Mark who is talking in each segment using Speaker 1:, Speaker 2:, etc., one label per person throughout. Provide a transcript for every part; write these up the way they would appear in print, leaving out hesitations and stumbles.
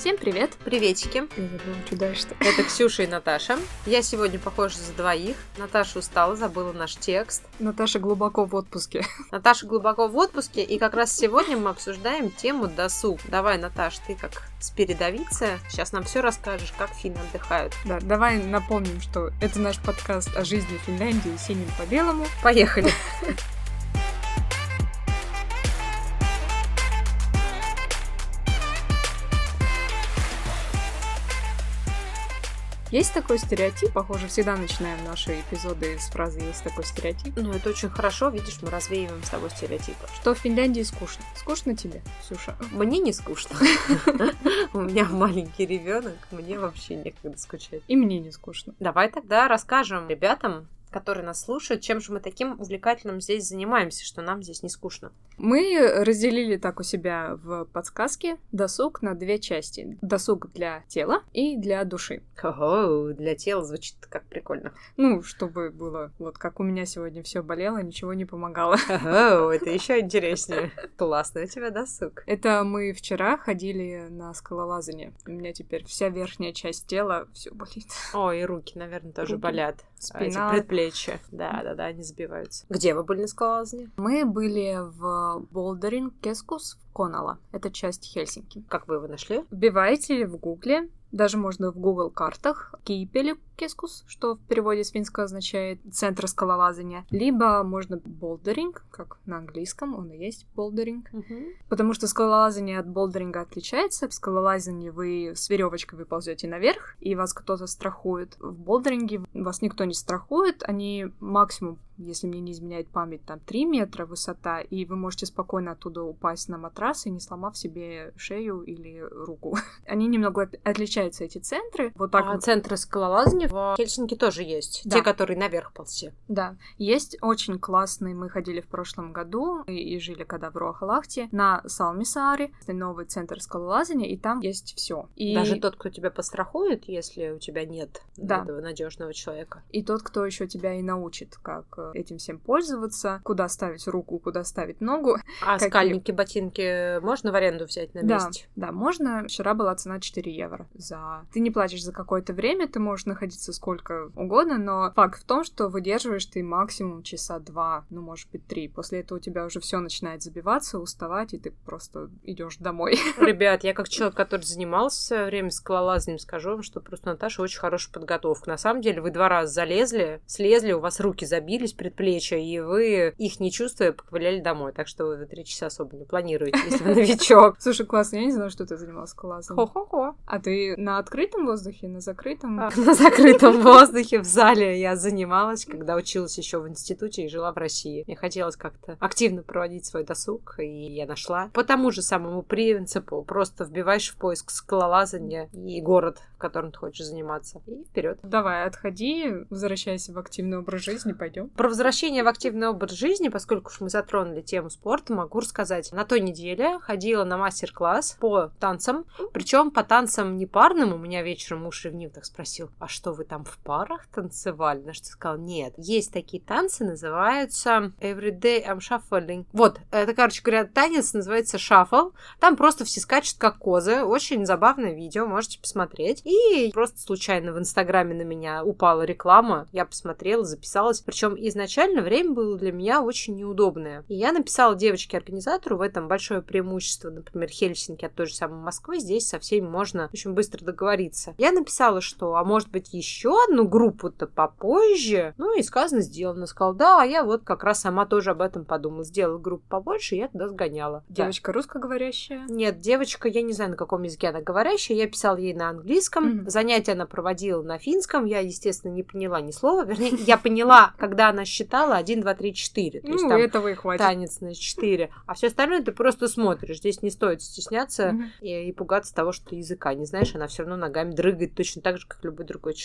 Speaker 1: Всем привет!
Speaker 2: Приветики!
Speaker 1: Я забыла, что дальше-то.
Speaker 2: Это Ксюша и Наташа. Я сегодня похожа за двоих. Наташа устала, забыла наш текст.
Speaker 1: Наташа глубоко в отпуске.
Speaker 2: Наташа глубоко в отпуске, и как раз сегодня мы обсуждаем тему досуг. Давай, Наташ, ты как спиридовица, сейчас нам все расскажешь, как финны отдыхают.
Speaker 1: Да, давай напомним, что это наш подкаст о жизни в Финляндии синим по белому.
Speaker 2: Поехали!
Speaker 1: Есть такой стереотип, похоже, всегда начинаем наши эпизоды с фразы «есть такой стереотип».
Speaker 2: Ну, это очень хорошо, видишь, мы развеиваем с тобой стереотипы.
Speaker 1: Что в Финляндии скучно. Скучно тебе, Ксюша?
Speaker 2: Мне не скучно. У меня маленький ребенок, мне вообще некогда скучать.
Speaker 1: И мне не скучно.
Speaker 2: Давай тогда расскажем ребятам, которые нас слушают, чем же мы таким увлекательным здесь занимаемся, что нам здесь не скучно.
Speaker 1: Мы разделили так у себя в подсказке досуг на две части. Досуг для тела и для души.
Speaker 2: Ого, для тела звучит как прикольно.
Speaker 1: Ну, чтобы было, вот как у меня сегодня все болело, ничего не помогало.
Speaker 2: Ого, это еще интереснее. Классный у тебя досуг.
Speaker 1: Это мы вчера ходили на скалолазание. У меня теперь вся верхняя часть тела все болит.
Speaker 2: Ой, и руки, наверное, тоже
Speaker 1: Руки,
Speaker 2: болят.
Speaker 1: спина.
Speaker 2: Эти предплечья. Да, они забиваются. Где вы были на скалолазании?
Speaker 1: Мы были в Болдеринг-кескус в Конала. Это часть Хельсинки.
Speaker 2: Как вы его нашли?
Speaker 1: Вбиваете в гугле, даже можно в Google картах, Киипели-кескус, что в переводе с финского означает центр скалолазания. Либо можно болдеринг, как на английском, он и есть болдеринг. Потому что скалолазание от болдеринга отличается. В скалолазании вы с веревочкой вы ползете наверх, и вас кто-то страхует. В болдеринге вас никто не страхует. Они максимум, если мне не изменяет память, там 3 метра высота, и вы можете спокойно оттуда упасть на матрас и не сломав себе шею или руку. Они немного отличаются, эти центры. Вот так.
Speaker 2: А центры скалолазания в Хельсинки тоже есть. Да. Те, которые наверх ползти.
Speaker 1: Да. Есть очень классные. Мы ходили в прошлом году и жили когда в Руахалахте на Салмисааре, новый центр скалолазания, и там есть все. И...
Speaker 2: Даже тот, кто тебя пострахует, если у тебя нет этого надежного человека.
Speaker 1: И тот, кто еще тебя и научит, как этим всем пользоваться, куда ставить руку, куда ставить ногу.
Speaker 2: А скальники, ботинки можно в аренду взять на месте?
Speaker 1: Да, можно. Вчера была цена 4 евро. Ты не платишь за какое-то время, ты можешь находиться сколько угодно, но факт в том, что выдерживаешь ты максимум часа 2, ну, может быть, 3. После этого у тебя уже все начинает забиваться, уставать, и ты просто идешь домой.
Speaker 2: Ребят, я как человек, который занимался в свое время скалолазанием, скажу вам, что просто Наташа очень хорошая подготовка. На самом деле, вы 2 раза залезли, слезли, у вас руки забились, предплечья, и вы, их не чувствуя, поковыляли домой. Так что вы 3 часа особо не планируете, если вы новичок.
Speaker 1: Слушай, классно, я не знала, что ты занималась скалолазанием.
Speaker 2: Хо-хо-хо.
Speaker 1: А ты на открытом воздухе, на закрытом?
Speaker 2: На закрытом воздухе в зале я занималась, когда училась еще в институте и жила в России. Мне хотелось как-то активно проводить свой досуг, и я нашла. По тому же самому принципу. Просто вбиваешь в поиск скалолазания и город, в котором ты хочешь заниматься. И вперед.
Speaker 1: Давай, отходи, возвращайся в активный образ жизни, пойдем.
Speaker 2: Про возвращение в активный образ жизни, поскольку уж мы затронули тему спорта, могу рассказать. На той неделе ходила на мастер-класс по танцам. Причем по танцам не парным. У меня вечером муж ревнив так спросил: а что, вы там в парах танцевали? На что я сказала: нет. Есть такие танцы, называются Everyday I'm Shuffling. Вот, это, короче говоря, танец называется шаффл. Там просто все скачут как козы. Очень забавное видео, можете посмотреть. И просто случайно в Инстаграме на меня упала реклама. Я посмотрела, записалась. Причем изначально время было для меня очень неудобное. И я написала девочке-организатору, в этом большое преимущество, например, Хельсинки от той же самой Москвы. Здесь со всеми можно очень быстро договориться. Я написала, что, а может быть, еще одну группу-то попозже? Ну, и сказано, сделано. Сказала, да, а я вот как раз сама тоже об этом подумала. Сделала группу побольше, и я туда сгоняла.
Speaker 1: Девочка русскоговорящая?
Speaker 2: Нет, девочка, я не знаю, на каком языке она говорящая. Я писала ей на английском. Занятия она проводила на финском. Я, естественно, не поняла ни слова. Вернее, я поняла, когда она считала 1, 2, 3, 4. То есть там
Speaker 1: этого и хватит.
Speaker 2: Танец на 4. А все остальное ты просто смотришь. Здесь не стоит стесняться и пугаться того, что ты языка не знаешь. Она все равно ногами дрыгает точно так же, как любой другой человек.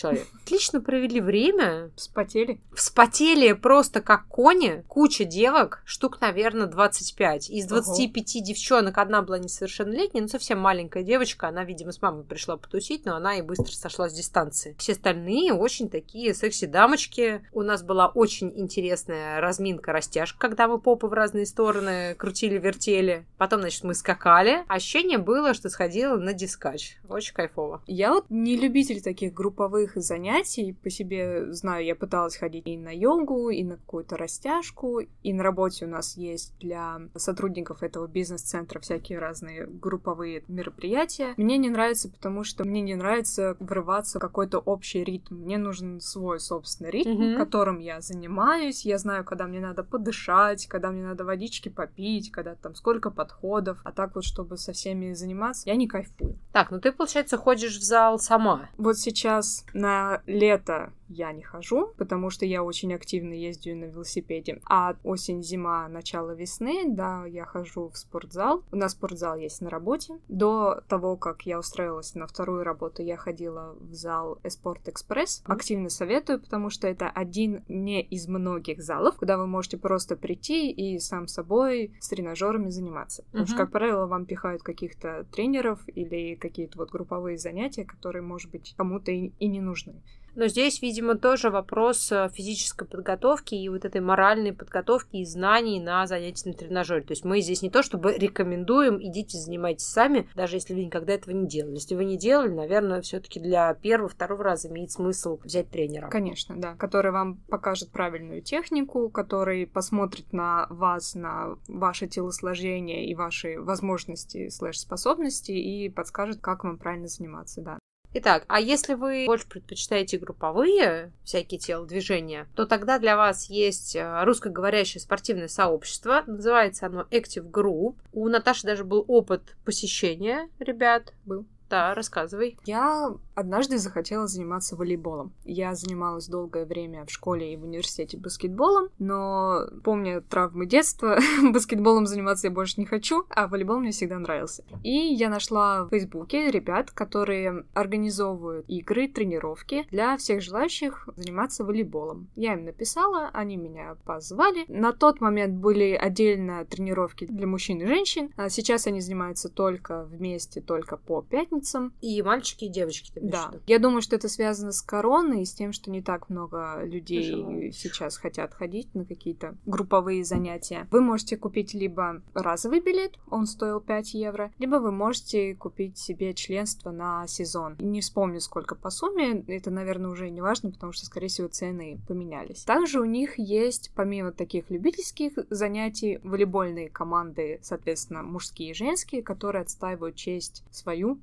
Speaker 2: человек. Отлично провели время.
Speaker 1: Вспотели.
Speaker 2: Вспотели просто как кони. Куча девок, штук, наверное, 25. Из 25 девчонок одна была несовершеннолетняя, но совсем маленькая девочка. Она, видимо, с мамой пришла потусить, но она и быстро сошла с дистанции. Все остальные очень такие секси-дамочки. У нас была очень интересная разминка-растяжка, когда мы попы в разные стороны крутили-вертели. Потом, значит, мы скакали. Ощущение было, что сходила на дискач. Очень кайфово.
Speaker 1: Я вот не любитель таких групповых занятий. По себе знаю, я пыталась ходить и на йогу, и на какую-то растяжку. И на работе у нас есть для сотрудников этого бизнес-центра всякие разные групповые мероприятия. Мне не нравится, потому что мне не нравится врываться в какой-то общий ритм. Мне нужен свой собственный ритм, которым я занимаюсь. Я знаю, когда мне надо подышать, когда мне надо водички попить, когда там сколько подходов. А так вот, чтобы со всеми заниматься, я не кайфую.
Speaker 2: Так, ну ты, получается, ходишь в зал сама.
Speaker 1: Вот сейчас на лето я не хожу, потому что я очень активно ездю на велосипеде. А осень, зима, начало весны, да, я хожу в спортзал. У нас спортзал есть на работе. До того, как я устроилась на вторую работу, я ходила в зал Esport Express. Активно советую, потому что это один не из многих залов, куда вы можете просто прийти и сам собой с тренажерами заниматься. Потому что, как правило, вам пихают каких-то тренеров или какие-то вот групповые занятия, которые, может быть, кому-то и не нужны.
Speaker 2: Но здесь, видимо, тоже вопрос физической подготовки и вот этой моральной подготовки и знаний на занятия на тренажере. То есть мы здесь не то чтобы рекомендуем, идите занимайтесь сами, даже если вы никогда этого не делали. Если вы не делали, наверное, все-таки для первого-второго раза имеет смысл взять тренера.
Speaker 1: Конечно, да. Который вам покажет правильную технику, который посмотрит на вас, на ваше телосложение и ваши возможности /способности и подскажет, как вам правильно заниматься, да.
Speaker 2: Итак, а если вы больше предпочитаете групповые всякие телодвижения, то тогда для вас есть русскоговорящее спортивное сообщество. Называется оно Active Group. У Наташи даже был опыт посещения, ребят.
Speaker 1: Был.
Speaker 2: Да, рассказывай.
Speaker 1: Я однажды захотела заниматься волейболом. Я занималась долгое время в школе и в университете баскетболом, но, помня травмы детства, баскетболом заниматься я больше не хочу, а волейбол мне всегда нравился. И я нашла в Фейсбуке ребят, которые организовывают игры, тренировки для всех желающих заниматься волейболом. Я им написала, они меня позвали. На тот момент были отдельно тренировки для мужчин и женщин, а сейчас они занимаются только вместе, только по пятницам.
Speaker 2: И мальчики, и девочки.
Speaker 1: Да. Я думаю, что это связано с короной и с тем, что не так много людей сейчас хотят ходить на какие-то групповые занятия. Вы можете купить либо разовый билет, он стоил 5 евро, либо вы можете купить себе членство на сезон. Не вспомню, сколько по сумме, это, наверное, уже не важно, потому что, скорее всего, цены поменялись. Также у них есть, помимо таких любительских занятий, волейбольные команды, соответственно, мужские и женские, которые отстаивают честь свою,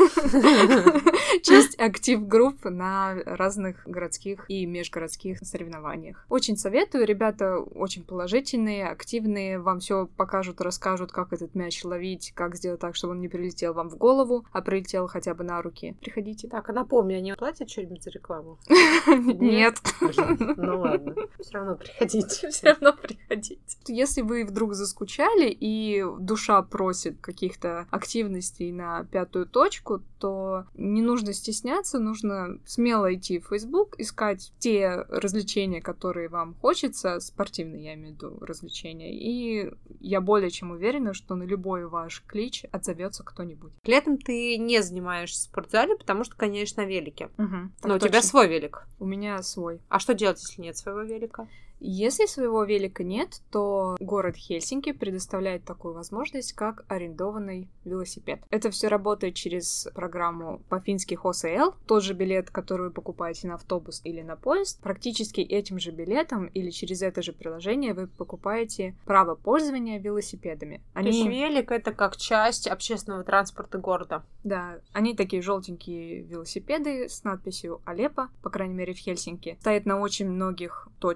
Speaker 1: честь актив-групп на разных городских и межгородских соревнованиях. Очень советую, ребята очень положительные, активные, вам все покажут, расскажут, как этот мяч ловить, как сделать так, чтобы он не прилетел вам в голову, а прилетел хотя бы на руки. Приходите.
Speaker 2: Так, а напомни, они платят что-нибудь за рекламу?
Speaker 1: Нет.
Speaker 2: Ну ладно, все равно приходите.
Speaker 1: Все равно приходите. Если вы вдруг заскучали и душа просит каких-то активностей на пятую точку, то не нужно стесняться, нужно смело идти в Facebook, искать те развлечения, которые вам хочется, спортивные, я имею в виду, развлечения, и я более чем уверена, что на любой ваш клич отзовется кто-нибудь.
Speaker 2: Летом ты не занимаешься в спортзале, потому что, конечно, на велике. Но у
Speaker 1: точно.
Speaker 2: тебя свой велик.
Speaker 1: У меня свой.
Speaker 2: А что делать, если нет своего велика?
Speaker 1: Если своего велика нет, то город Хельсинки предоставляет такую возможность, как арендованный велосипед. Это все работает через программу по-фински HOSL. Тот же билет, который вы покупаете на автобус или на поезд, практически этим же билетом или через это же приложение вы покупаете право пользования велосипедами.
Speaker 2: То есть велик — это как часть общественного транспорта города?
Speaker 1: Да, они такие желтенькие велосипеды с надписью Алеппо, по крайней мере в Хельсинки. Стоят на очень многих точках.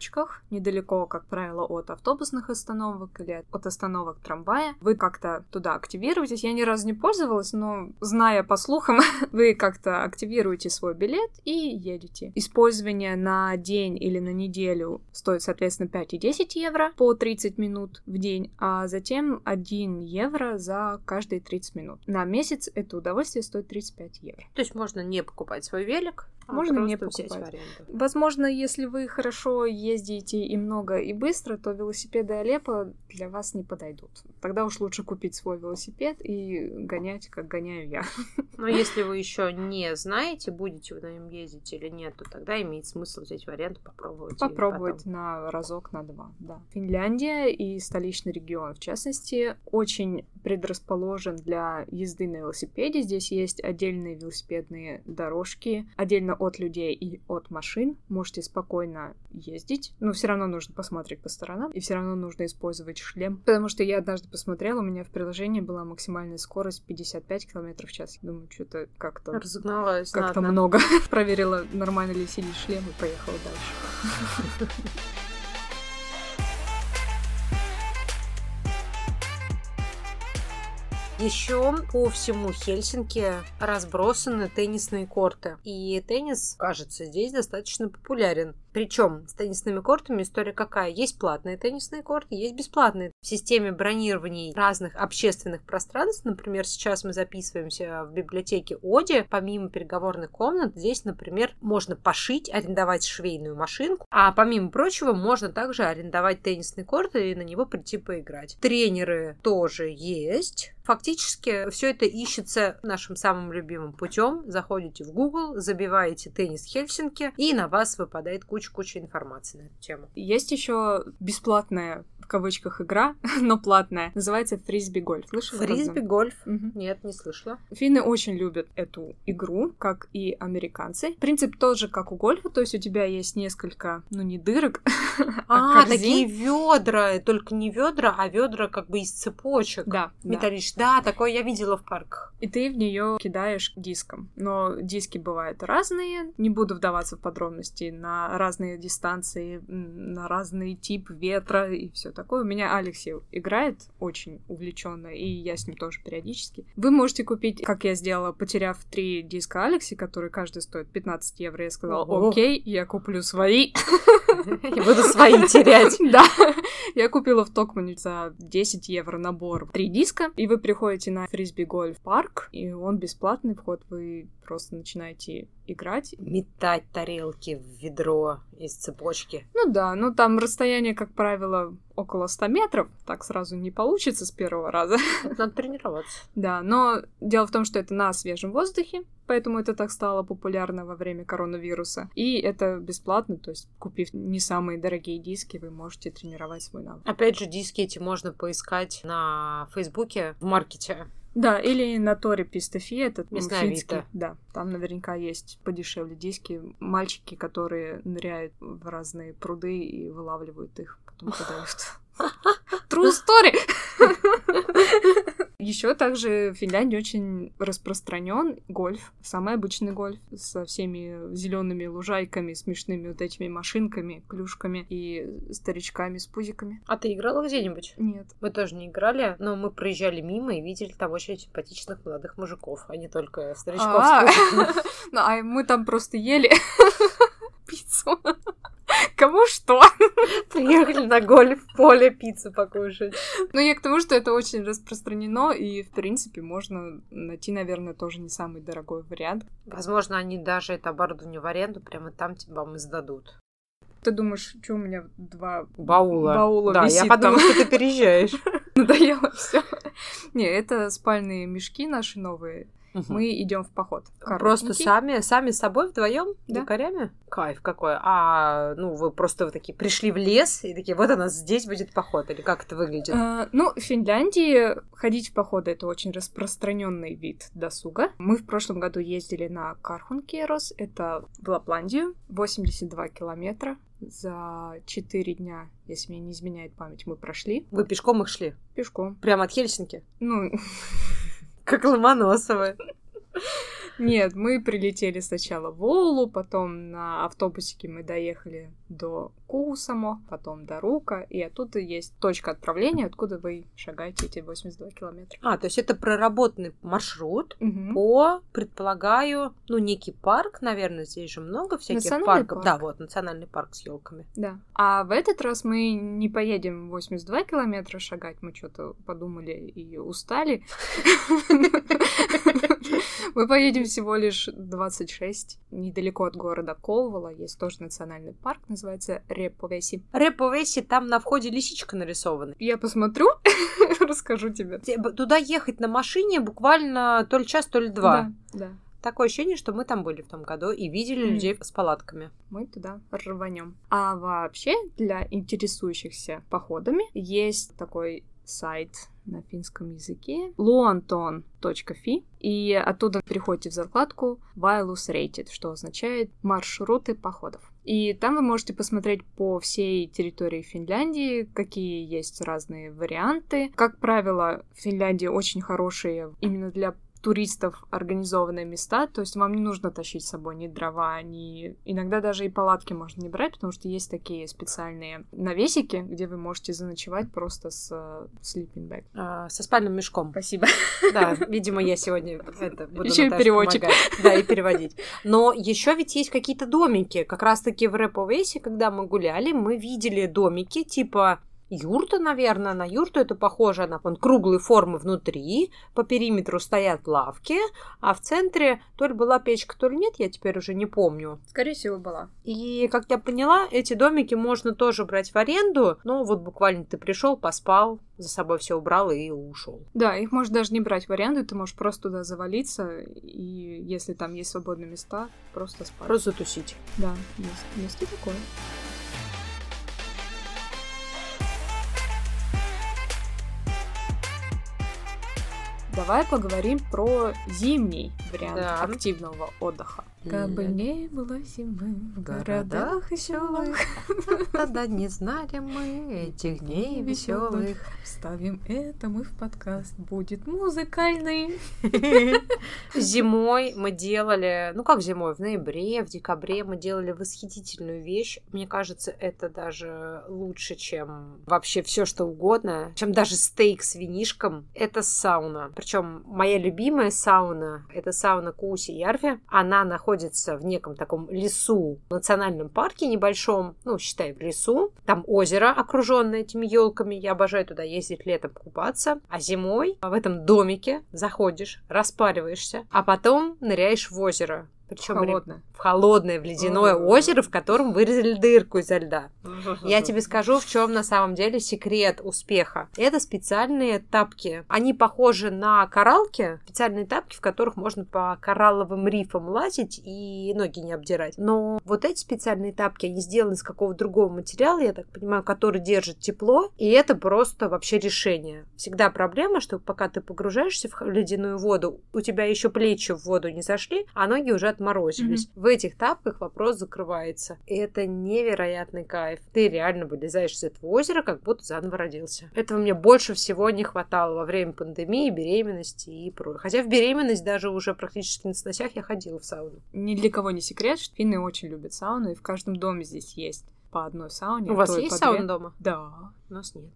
Speaker 1: недалеко, как правило, от автобусных остановок или от остановок трамвая. Вы как-то туда активируетесь. Я ни разу не пользовалась, но, зная по слухам, вы как-то активируете свой билет и едете. Использование на день или на неделю стоит, соответственно, 5 и 10 евро по 30 минут в день, а затем 1 евро за каждые 30 минут. На месяц это удовольствие стоит 35 евро.
Speaker 2: То есть можно не покупать свой велик,
Speaker 1: можно не
Speaker 2: взять в
Speaker 1: покупать.
Speaker 2: аренду.
Speaker 1: Возможно, если вы хорошо ездите и много, и быстро, то велосипеды Алеппо для вас не подойдут. Тогда уж лучше купить свой велосипед и гонять, как гоняю я.
Speaker 2: Но если вы еще не знаете, будете вы на нем ездить или нет, то тогда имеет смысл взять в аренду, попробовать.
Speaker 1: Попробовать на разок, на два, да. Финляндия и столичный регион, в частности, очень предрасположен для езды на велосипеде. Здесь есть отдельные велосипедные дорожки, отдельно от людей и от машин. Можете спокойно ездить, но все равно нужно посмотреть по сторонам, и все равно нужно использовать шлем. Потому что я однажды посмотрела, у меня в приложении была максимальная скорость 55 км в час. Думаю, что-то как-то...
Speaker 2: Разогналась.
Speaker 1: Как-то много. Проверила, нормально ли сидит шлем, и поехала дальше.
Speaker 2: Еще по всему Хельсинки разбросаны теннисные корты. И теннис, кажется, здесь достаточно популярен. Причем с теннисными кортами история какая? Есть платные теннисные корты, есть бесплатные. В системе бронирований разных общественных пространств, например, сейчас мы записываемся в библиотеке Оди, помимо переговорных комнат, здесь, например, можно пошить, арендовать швейную машинку, а помимо прочего, можно также арендовать теннисный корт и на него прийти поиграть. Тренеры тоже есть. Фактически все это ищется нашим самым любимым путем. Заходите в Google, забиваете «теннис Хельсинки», и на вас выпадает куча информации на эту тему.
Speaker 1: Есть еще бесплатная, в кавычках, игра, но платная. Называется фрисби-гольф. Слышала?
Speaker 2: Фрисби-гольф? Нет, не слышала.
Speaker 1: Финны очень любят эту игру, как и американцы. Принцип тот же, как у гольфа, то есть у тебя есть несколько, не дырок, а корзин.
Speaker 2: Такие ведра, только не ведра, а ведра как бы из цепочек.
Speaker 1: Да.
Speaker 2: Металлических. Да, такое я видела в парках.
Speaker 1: И ты в нее кидаешь диском. Но диски бывают разные. Не буду вдаваться в подробности. На разные дистанции, на разный тип ветра и все такое. У меня Алексей играет очень увлеченно, и я с ним тоже периодически. Вы можете купить, как я сделала, потеряв 3 диска Алекси, которые каждый стоит 15 евро. Я сказала, окей, я куплю свои.
Speaker 2: Я буду свои терять.
Speaker 1: Да. Я купила в Токмане за 10 евро набор 3 диска, и вы приходите на фрисби-гольф парк, и он бесплатный вход, вы просто начинаете играть.
Speaker 2: Метать тарелки в ведро из цепочки.
Speaker 1: Там расстояние, как правило, около 100 метров, так сразу не получится с первого раза.
Speaker 2: Надо тренироваться.
Speaker 1: Да, но дело в том, что это на свежем воздухе, поэтому это так стало популярно во время коронавируса. И это бесплатно, то есть, купив не самые дорогие диски, вы можете тренировать свой навык.
Speaker 2: Опять же, диски эти можно поискать на Фейсбуке, в маркете.
Speaker 1: Да, или на Торе Пистефи, это
Speaker 2: финский.
Speaker 1: Да, там наверняка есть подешевле диски. Мальчики, которые ныряют в разные пруды и вылавливают их, потом продают. True story! Еще также в Финляндии очень распространен гольф, самый обычный гольф, со всеми зелеными лужайками, смешными вот этими машинками, клюшками и старичками с пузиками.
Speaker 2: А ты играла где-нибудь?
Speaker 1: Нет.
Speaker 2: Мы тоже не играли, но мы проезжали мимо и видели там очень симпатичных молодых мужиков, а не только старичков с пузиками.
Speaker 1: А мы там просто ели пиццу. Кому что?
Speaker 2: Приехали на гольф-поле пиццу покушать.
Speaker 1: Я к тому, что это очень распространено, и, в принципе, можно найти, наверное, тоже не самый дорогой вариант.
Speaker 2: Возможно, они даже это оборудование в аренду прямо там вам и сдадут.
Speaker 1: Ты думаешь, что у меня 2
Speaker 2: баула
Speaker 1: да,
Speaker 2: висит? Я подумала, что ты переезжаешь.
Speaker 1: Надоело все. Не, это спальные мешки наши новые. Мы идем в поход.
Speaker 2: Просто сами с собой вдвоем,
Speaker 1: да,
Speaker 2: дикарями? Кайф какой. Вы такие пришли в лес и такие, вот у нас здесь будет поход, или как это выглядит?
Speaker 1: В Финляндии ходить в походы — это очень распространенный вид досуга. Мы в прошлом году ездили на Кархункерос, это в Лапландию, 82 километра. За 4 дня, если мне не изменяет память, мы прошли.
Speaker 2: Вы пешком их шли?
Speaker 1: Пешком.
Speaker 2: Прямо от Хельсинки?
Speaker 1: Как Ломоносовы. Нет, мы прилетели сначала в Оулу, потом на автобусике мы доехали до Куусамо, потом до Рука, и оттуда есть точка отправления, откуда вы шагаете эти 82 километра.
Speaker 2: То есть это проработанный маршрут по, предполагаю, некий парк, наверное, здесь же много всяких парков. Да, вот, национальный парк с елками.
Speaker 1: Да. А в этот раз мы не поедем 82 километра шагать, мы что-то подумали и устали. Мы поедем всего лишь 26, недалеко от города Колвала, есть тоже национальный парк, называется Репповеси.
Speaker 2: Репповеси, там на входе лисичка нарисована.
Speaker 1: Я посмотрю, расскажу тебе.
Speaker 2: Туда ехать на машине буквально то ли час, то ли два.
Speaker 1: Да.
Speaker 2: Такое ощущение, что мы там были в том году и видели людей с палатками.
Speaker 1: Мы туда рванем. А вообще, для интересующихся походами есть такой сайт на финском языке luontoon.fi, и оттуда переходите в закладку Vaellus Rated, что означает маршруты походов. И там вы можете посмотреть по всей территории Финляндии, какие есть разные варианты. Как правило, в Финляндии очень хорошие именно для туристов организованные места, то есть вам не нужно тащить с собой ни дрова, ни... Иногда даже и палатки можно не брать, потому что есть такие специальные навесики, где вы можете заночевать просто с sleeping bag.
Speaker 2: Со спальным мешком.
Speaker 1: Спасибо.
Speaker 2: Да, видимо, я сегодня буду
Speaker 1: еще и переводчик.
Speaker 2: Да, и переводить. Но еще ведь есть какие-то домики. Как раз-таки в Репповеси, когда мы гуляли, мы видели домики типа юрта, наверное, на юрту это похоже, она круглой формы внутри, по периметру стоят лавки, а в центре то ли была печка, то ли нет, я теперь уже не помню.
Speaker 1: Скорее всего, была.
Speaker 2: И, как я поняла, эти домики можно тоже брать в аренду, но вот буквально ты пришел, поспал, за собой все убрал и ушел.
Speaker 1: Да, их можно даже не брать в аренду, ты можешь просто туда завалиться, и если там есть свободные места, просто спать.
Speaker 2: Просто затусить.
Speaker 1: Да, есть и такое. Давай поговорим про зимний вариант активного отдыха. Как бы не было зимы в городах и селах,
Speaker 2: тогда не знали мы этих дней веселых.
Speaker 1: Вставим это мы в подкаст, будет музыкальный.
Speaker 2: Зимой мы делали, как зимой, в ноябре, в декабре мы делали восхитительную вещь. Мне кажется, это даже лучше, чем вообще все что угодно, чем даже стейк с винишком. Это сауна. Причем моя любимая сауна, это сауна Kuusijärvi. Она находится в неком таком лесу, в национальном парке небольшом, считай, в лесу. Там озеро, окруженное этими елками. Я обожаю туда ездить летом купаться. А зимой в этом домике заходишь, распариваешься, а потом ныряешь в озеро. Причем в холодное, в ледяное озеро, в котором вырезали дырку изо льда. Я тебе скажу, в чем на самом деле секрет успеха. Это специальные тапки. Они похожи на кораллки, специальные тапки, в которых можно по коралловым рифам лазить и ноги не обдирать. Но вот эти специальные тапки, они сделаны из какого-то другого материала, я так понимаю, который держит тепло, и это просто вообще решение. Всегда проблема, что пока ты погружаешься в ледяную воду, у тебя еще плечи в воду не зашли, а ноги уже отморозились. В этих тапках вопрос закрывается. И это невероятный кайф. Ты реально вылезаешь из этого озера, как будто заново родился. Этого мне больше всего не хватало во время пандемии, беременности и прочее. Хотя в беременность даже уже практически на сносях я ходила в сауну.
Speaker 1: Ни для кого не секрет, что финны очень любят сауну, и в каждом доме здесь есть по одной сауне.
Speaker 2: У вас есть сауна дома?
Speaker 1: Да.
Speaker 2: У нас нет.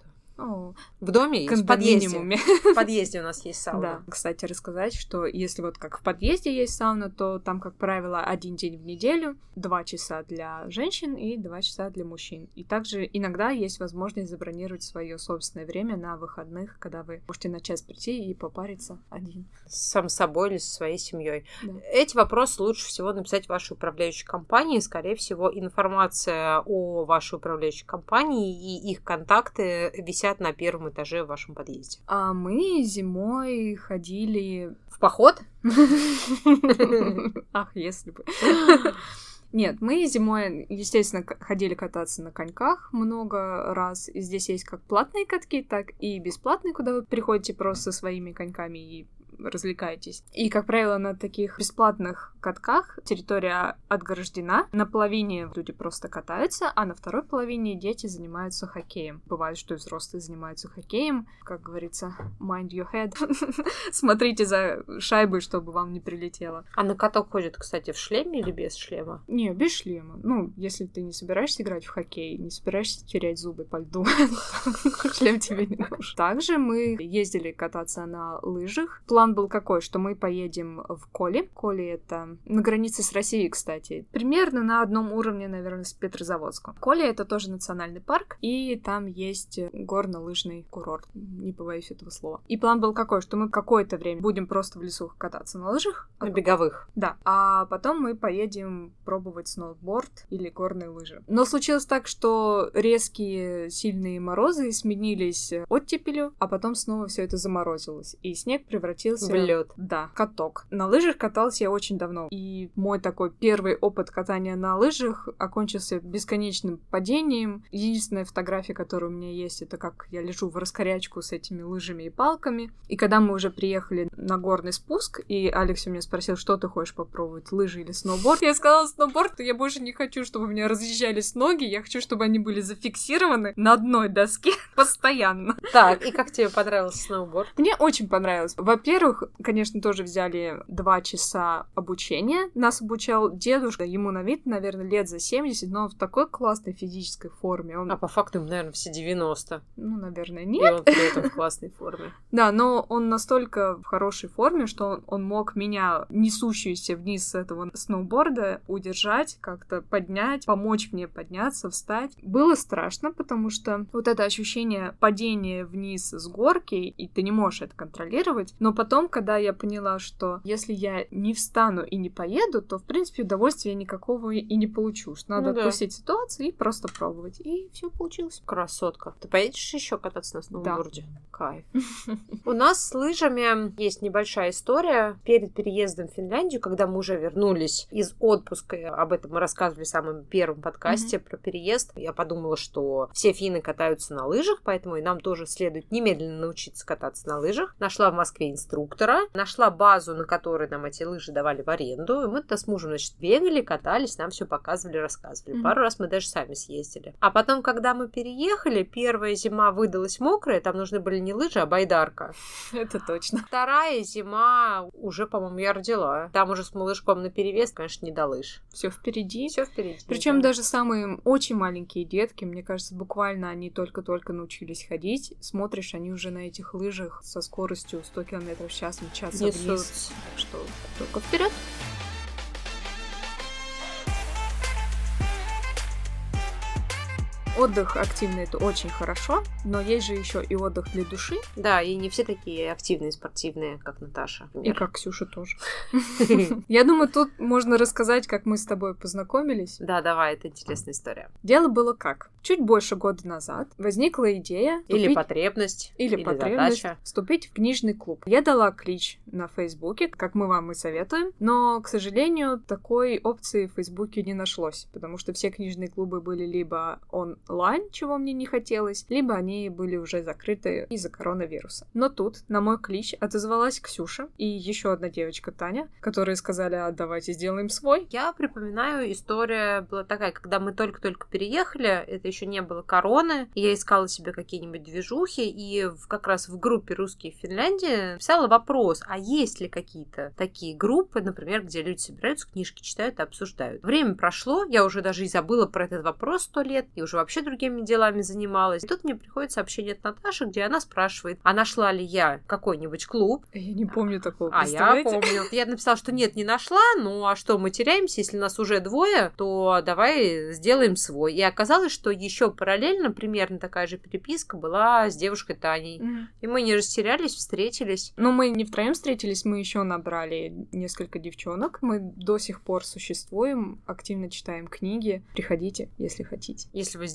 Speaker 1: В
Speaker 2: доме есть, в подъезде. В подъезде у нас есть сауна.
Speaker 1: Да, кстати, рассказать, что если вот как в подъезде есть сауна, то там, как правило, 1 день в неделю, 2 часа для женщин и 2 часа для мужчин. И также иногда есть возможность забронировать свое собственное время на выходных, когда вы можете на час прийти и попариться один.
Speaker 2: Сам с собой или со своей семьей.
Speaker 1: Да.
Speaker 2: Эти вопросы лучше всего написать вашей управляющей компании. Скорее всего, информация о вашей управляющей компании и их контакты висят на первом этаже в вашем подъезде.
Speaker 1: А мы зимой ходили...
Speaker 2: В поход?
Speaker 1: Ах, если бы. Нет, мы зимой, естественно, ходили кататься на коньках много раз. И здесь есть как платные катки, так и бесплатные, куда вы приходите просто со своими коньками и развлекаетесь. И, как правило, на таких бесплатных катках территория отгорождена. На половине люди просто катаются, а на второй половине дети занимаются хоккеем. Бывает, что и взрослые занимаются хоккеем. Как говорится, mind your head. Смотрите за шайбой, чтобы вам не прилетело.
Speaker 2: А на каток ходят, кстати, в шлеме или без шлема?
Speaker 1: Не, без шлема. Ну, если ты не собираешься играть в хоккей, не собираешься терять зубы по льду, шлем тебе не нужен. Также мы ездили кататься на лыжах. План был какой, что мы поедем в Коли. Коли — это на границе с Россией, кстати. Примерно на одном уровне, наверное, с Петрозаводском. Коли — это тоже национальный парк, и там есть горно-лыжный курорт. Не побоюсь этого слова. И план был какой, что мы какое-то время будем просто в лесу кататься на лыжах.
Speaker 2: На беговых.
Speaker 1: Да. А потом мы поедем пробовать сноуборд или горные лыжи. Но случилось так, что резкие сильные морозы сменились оттепелью, а потом снова все это заморозилось. И снег превратился
Speaker 2: в лед.
Speaker 1: Да, каток. На лыжах каталась я очень давно. И мой такой первый опыт катания на лыжах окончился бесконечным падением. Единственная фотография, которая у меня есть, это как я лежу в раскорячку с этими лыжами и палками. И когда мы уже приехали на горный спуск, и Алекс у меня спросил, что ты хочешь попробовать, лыжи или сноуборд, я сказала сноуборд, я больше не хочу, чтобы у меня разъезжались ноги, я хочу, чтобы они были зафиксированы на одной доске постоянно.
Speaker 2: Так, и как тебе понравился сноуборд?
Speaker 1: Мне очень понравилось. Во-первых, конечно, тоже взяли 2 часа обучения. Нас обучал дедушка, ему на вид, наверное, лет за 70, но в такой классной физической форме.
Speaker 2: А по факту, наверное, все 90.
Speaker 1: Ну, наверное,
Speaker 2: И
Speaker 1: нет.
Speaker 2: он при этом в классной форме.
Speaker 1: Да, но он настолько в хорошей форме, что он мог меня, несущуюся вниз с этого сноуборда, удержать, как-то поднять, помочь мне подняться, встать. Было страшно, потому что вот это ощущение падения вниз с горки, и ты не можешь это контролировать. Но потом, когда я поняла, что если я не встану и не поеду, то, в принципе, удовольствия никакого и не получу. Что надо отпустить ситуацию и просто пробовать. И все получилось.
Speaker 2: Красотка. Ты поедешь еще кататься на сноуборде?
Speaker 1: Да.
Speaker 2: Кайф. У нас с лыжами есть небольшая история. Перед переездом в Финляндию, когда мы уже вернулись из отпуска, об этом мы рассказывали в самом первом подкасте про переезд, я подумала, что все финны катаются на лыжах, поэтому и нам тоже следует немедленно научиться кататься на лыжах. Нашла в Москве инструктора, нашла базу, на которой нам эти лыжи давали в аренду, и мы-то с мужем, значит, бегали, катались, нам все показывали, рассказывали. Пару раз мы даже сами съездили. А потом, когда мы переехали, первая зима выдалась мокрая, там нужны были не лыжи, а байдарка.
Speaker 1: Это точно.
Speaker 2: Вторая зима уже, по-моему, я родила. Там уже с малышком наперевес, конечно, не до лыж.
Speaker 1: Все впереди.
Speaker 2: Все впереди.
Speaker 1: Причем даже самые очень маленькие детки, мне кажется, буквально они только-только научились ходить. Смотришь, они уже на этих лыжах со скоростью 100 км в час мчатся вниз. Так что только вперед. Отдых активный — это очень хорошо, но есть же еще и отдых для души.
Speaker 2: Да, и не все такие активные, спортивные, как Наташа.
Speaker 1: И как Ксюша тоже. Я думаю, тут можно рассказать, как мы с тобой познакомились.
Speaker 2: Да, давай, это интересная история.
Speaker 1: Дело было как? Чуть больше года назад возникла идея...
Speaker 2: Или потребность.
Speaker 1: Или потребность вступить в книжный клуб. Я дала клич на Фейсбуке, как мы вам и советуем, но, к сожалению, такой опции в Фейсбуке не нашлось, потому что все книжные клубы были либо онлайн, чего мне не хотелось, либо они были уже закрыты из-за коронавируса. Но тут на мой клич отозвалась Ксюша и еще одна девочка Таня, которые сказали: а давайте сделаем свой.
Speaker 2: Я припоминаю, история была такая, когда мы только-только переехали, это еще не было короны, я искала себе какие-нибудь движухи, и как раз в группе «Русские в Финляндии» писала вопрос, а есть ли какие-то такие группы, например, где люди собираются, книжки читают и обсуждают. Время прошло, я уже даже и забыла про этот вопрос 100 лет, и уже вообще другими делами занималась. И тут мне приходит сообщение от Наташи, где она спрашивает, а нашла ли я какой-нибудь клуб?
Speaker 1: Я не помню такого,
Speaker 2: А я помню. Я написала, что нет, не нашла, ну а что, мы теряемся, если нас уже 2, то давай сделаем свой. И оказалось, что еще параллельно примерно такая же переписка была с девушкой Таней. И мы не растерялись, встретились.
Speaker 1: Но мы не втроем встретились, мы еще набрали несколько девчонок. Мы до сих пор существуем, активно читаем книги. Приходите, если хотите.
Speaker 2: Если вы здесь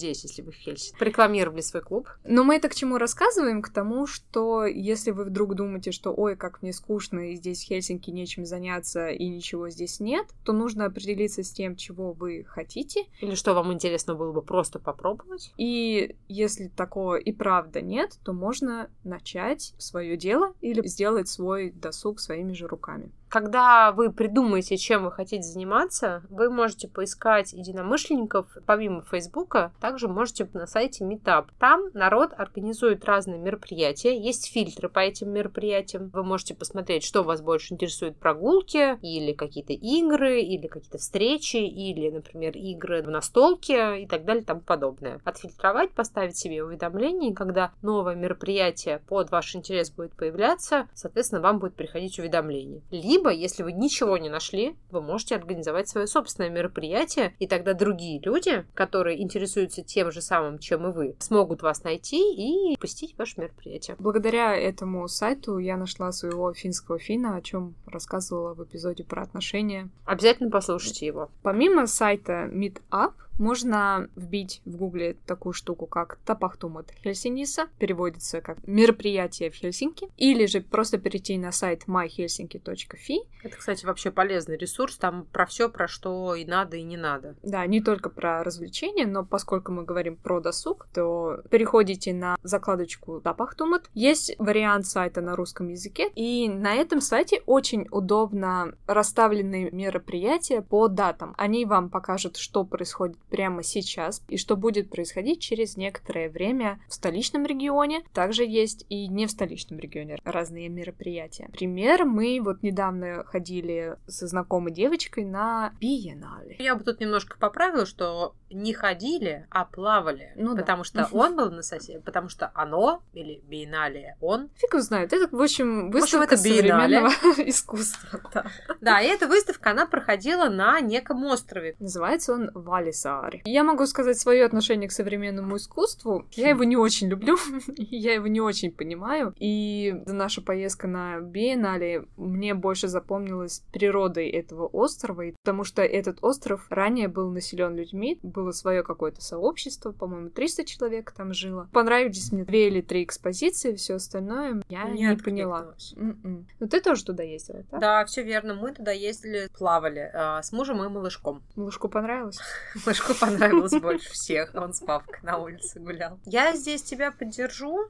Speaker 2: здесь, если вы в Хельсинки. Порекламировали свой клуб.
Speaker 1: Но мы это к чему рассказываем? К тому, что если вы вдруг думаете, что ой, как мне скучно, и здесь в Хельсинки нечем заняться, и ничего здесь нет, то нужно определиться с тем, чего вы хотите.
Speaker 2: Или что вам интересно было бы просто попробовать.
Speaker 1: И если такого и правда нет, то можно начать свое дело или сделать свой досуг своими же руками.
Speaker 2: Когда вы придумаете, чем вы хотите заниматься, вы можете поискать единомышленников помимо Фейсбука, также можете на сайте Meetup. Там народ организует разные мероприятия, есть фильтры по этим мероприятиям. Вы можете посмотреть, что вас больше интересует: прогулки, или какие-то игры, или какие-то встречи, или, например, игры в настолке и так далее и тому подобное. Отфильтровать, поставить себе уведомления, и когда новое мероприятие под ваш интерес будет появляться, соответственно, вам будет приходить уведомление. Либо, если вы ничего не нашли, вы можете организовать свое собственное мероприятие, и тогда другие люди, которые интересуются тем же самым, чем и вы, смогут вас найти и посетить ваше мероприятие.
Speaker 1: Благодаря этому сайту я нашла своего финского финна, о чем рассказывала в эпизоде про отношения.
Speaker 2: Обязательно послушайте его.
Speaker 1: Помимо сайта Meetup, можно вбить в гугле такую штуку, как Tapahtumat Helsingissä, переводится как «мероприятие в Хельсинки», или же просто перейти на сайт myhelsinki.fi.
Speaker 2: Это, кстати, вообще полезный ресурс, там про все, про что и надо, и не надо.
Speaker 1: Да, не только про развлечения, но поскольку мы говорим про досуг, то переходите на закладочку Tapahtumat. Есть вариант сайта на русском языке, и на этом сайте очень удобно расставлены мероприятия по датам. Они вам покажут, что происходит прямо сейчас и что будет происходить через некоторое время в столичном регионе. Также есть и не в столичном регионе разные мероприятия. Например, мы вот недавно ходили со знакомой девочкой на биеннале.
Speaker 2: Я бы тут немножко поправила, что не ходили, а плавали.
Speaker 1: Ну,
Speaker 2: потому что он был на соседе, потому что оно, или биеннале, он.
Speaker 1: Фиг его знает. Это, в общем, выставка
Speaker 2: это
Speaker 1: современного искусства.
Speaker 2: Да, и эта выставка, она проходила на неком острове.
Speaker 1: Называется он Валисаари. Я могу сказать свое отношение к современному искусству. Я его не очень люблю, я его не очень понимаю. И наша поездка на биеннале мне больше запомнилась природой этого острова, потому что этот остров ранее был населен людьми, было свое какое-то сообщество, по-моему, 300 человек там жило. Понравились мне 2 или 3 экспозиции, все остальное я не поняла. Но ты тоже туда ездила, да?
Speaker 2: Да, все верно. Мы туда ездили, плавали с мужем и малышком.
Speaker 1: Малышку понравилось?
Speaker 2: Малышку понравилось больше всех. Он с папкой на улице гулял. Я здесь тебя поддержу.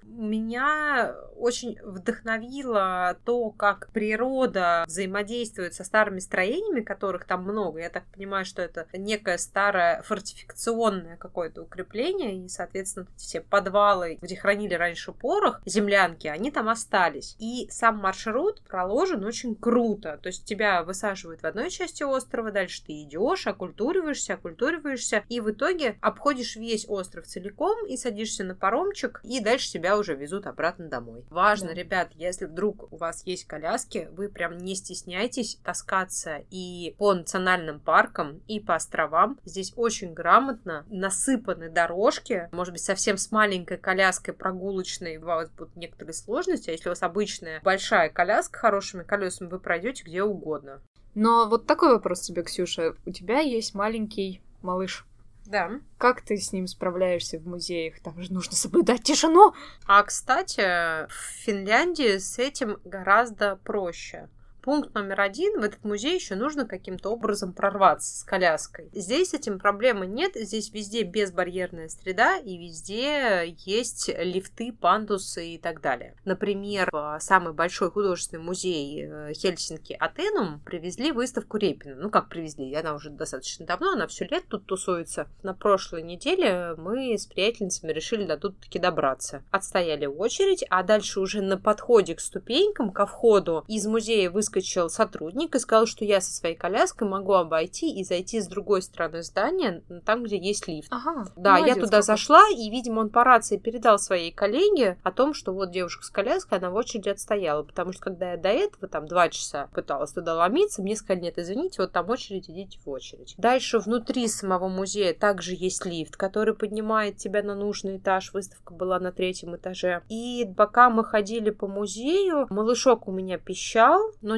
Speaker 2: Меня очень вдохновило то, как природа взаимодействует со старыми строениями, которых там много. Я так понимаю, что это некое старое фортификационное какое-то укрепление, и, соответственно, все подвалы, где хранили раньше порох, землянки, они там остались. И сам маршрут проложен очень круто. То есть тебя высаживают в одной части острова, дальше ты идешь, окультуриваешься, и в итоге обходишь весь остров целиком и садишься на паромчик, и дальше тебя уже везут обратно домой. Важно, ребят, если вдруг у вас есть коляски, вы прям не стесняйтесь таскаться и по национальным паркам, и по островам. Здесь очень грамотно насыпаны дорожки. Может быть, совсем с маленькой коляской прогулочной у вас будут некоторые сложности, а если у вас обычная большая коляска с хорошими колесами, вы пройдете где угодно.
Speaker 1: Но вот такой вопрос тебе, Ксюша. У тебя есть маленький малыш.
Speaker 2: Да.
Speaker 1: Как ты с ним справляешься в музеях? Там же нужно соблюдать тишину.
Speaker 2: А, кстати, в Финляндии с этим гораздо проще. Пункт номер 1. В этот музей еще нужно каким-то образом прорваться с коляской. Здесь с этим проблемы нет. Здесь везде безбарьерная среда, и везде есть лифты, пандусы и так далее. Например, в самый большой художественный музей Хельсинки Атенум привезли выставку Репина. Ну, как привезли? Она уже достаточно давно, она все лет тут тусуется. На прошлой неделе мы с приятельницами решили до тут таки добраться. Отстояли очередь, а дальше уже на подходе к ступенькам, ко входу из музея выскочил сотрудник и сказал, что я со своей коляской могу обойти и зайти с другой стороны здания, там, где есть лифт.
Speaker 1: Ага,
Speaker 2: да,
Speaker 1: молодец,
Speaker 2: я туда зашла, и, видимо, он по рации передал своей коллеге о том, что вот девушка с коляской, она в очереди отстояла, потому что, когда я до этого, там, 2 часа пыталась туда ломиться, мне сказали, нет, извините, вот там очередь, идите в очередь. Дальше внутри самого музея также есть лифт, который поднимает тебя на нужный этаж, выставка была на 3-м этаже. И пока мы ходили по музею, малышок у меня пищал, но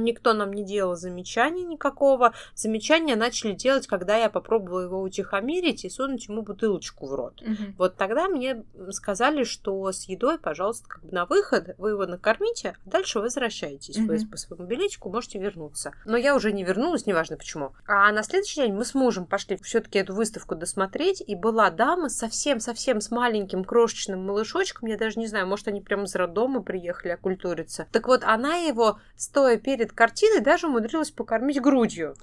Speaker 2: никто нам не делал замечаний никакого. Замечания начали делать, когда я попробовала его утихомирить и сунуть ему бутылочку в рот. Вот тогда мне сказали, что с едой, пожалуйста, как бы на выход, вы его накормите, а дальше возвращайтесь. Вы по своему билетику можете вернуться. Но я уже не вернулась, неважно почему. А на следующий день мы с мужем пошли все-таки эту выставку досмотреть, и была дама совсем-совсем с маленьким крошечным малышочком, я даже не знаю, может, они прямо из роддома приехали окультуриться. Так вот, она его, стоя перед картиной, даже умудрилась покормить грудью.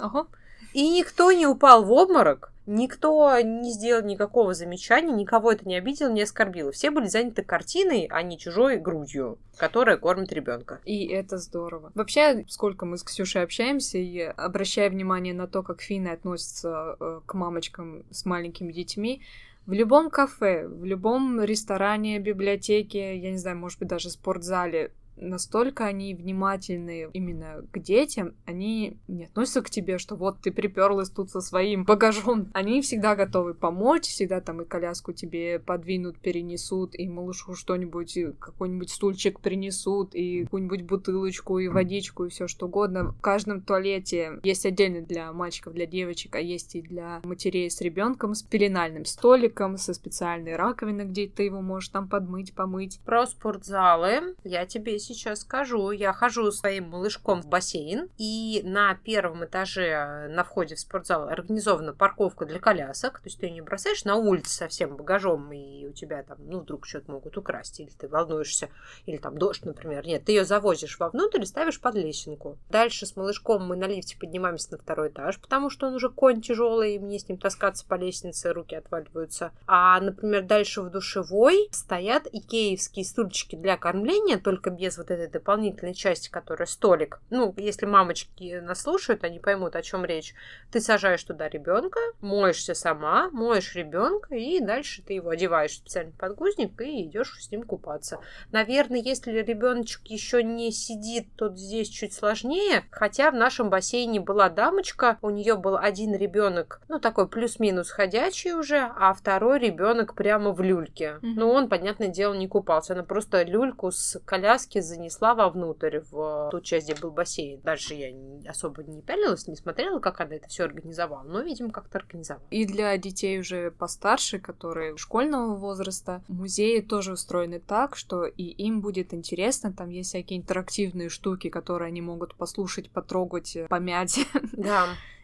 Speaker 2: И никто не упал в обморок, никто не сделал никакого замечания, никого это не обидело, не оскорбило. Все были заняты картиной, а не чужой грудью, которая кормит ребенка.
Speaker 1: И это здорово. Вообще, сколько мы с Ксюшей общаемся, и обращая внимание на то, как финны относятся к мамочкам с маленькими детьми, в любом кафе, в любом ресторане, библиотеке, я не знаю, может быть, даже спортзале, настолько они внимательны именно к детям, они не относятся к тебе, что вот ты приперлась тут со своим багажом. Они всегда готовы помочь, всегда там и коляску тебе подвинут, перенесут, и малышу что-нибудь, какой-нибудь стульчик принесут, и какую-нибудь бутылочку, и водичку, и все что угодно. В каждом туалете есть отдельно для мальчиков, для девочек, а есть и для матерей с ребенком, с пеленальным столиком, со специальной раковиной, где ты его можешь там подмыть, помыть.
Speaker 2: Про спортзалы я тебе сейчас скажу. Я хожу с своим малышком в бассейн, и на первом этаже на входе в спортзал организована парковка для колясок, то есть ты ее не бросаешь на улице со всем багажом, и у тебя там, вдруг что-то могут украсть, или ты волнуешься, или там дождь, например. Нет, ты ее завозишь вовнутрь и ставишь под лесенку. Дальше с малышком мы на лифте поднимаемся на второй этаж, потому что он уже конь тяжелый, и мне с ним таскаться по лестнице, руки отваливаются. А, например, дальше в душевой стоят икеевские стульчики для кормления, только без вот этой дополнительной части, которая столик. Если мамочки нас слушают, они поймут, о чем речь. Ты сажаешь туда ребенка, моешься сама, моешь ребенка, и дальше ты его одеваешь в специальный подгузник и идешь с ним купаться. Наверное, если ребеночек еще не сидит, то здесь чуть сложнее. Хотя в нашем бассейне была дамочка, у нее был один ребенок, такой плюс-минус ходячий уже, а второй ребенок прямо в люльке. Но он, понятное дело, не купался. Она просто люльку с коляски занесла вовнутрь, в ту часть, где был бассейн. Дальше я особо не пялилась, не смотрела, как она это все организовала, но, видимо, как-то организовала.
Speaker 1: И для детей уже постарше, которые школьного возраста, музеи тоже устроены так, что и им будет интересно. Там есть всякие интерактивные штуки, которые они могут послушать, потрогать, помять.
Speaker 2: Да.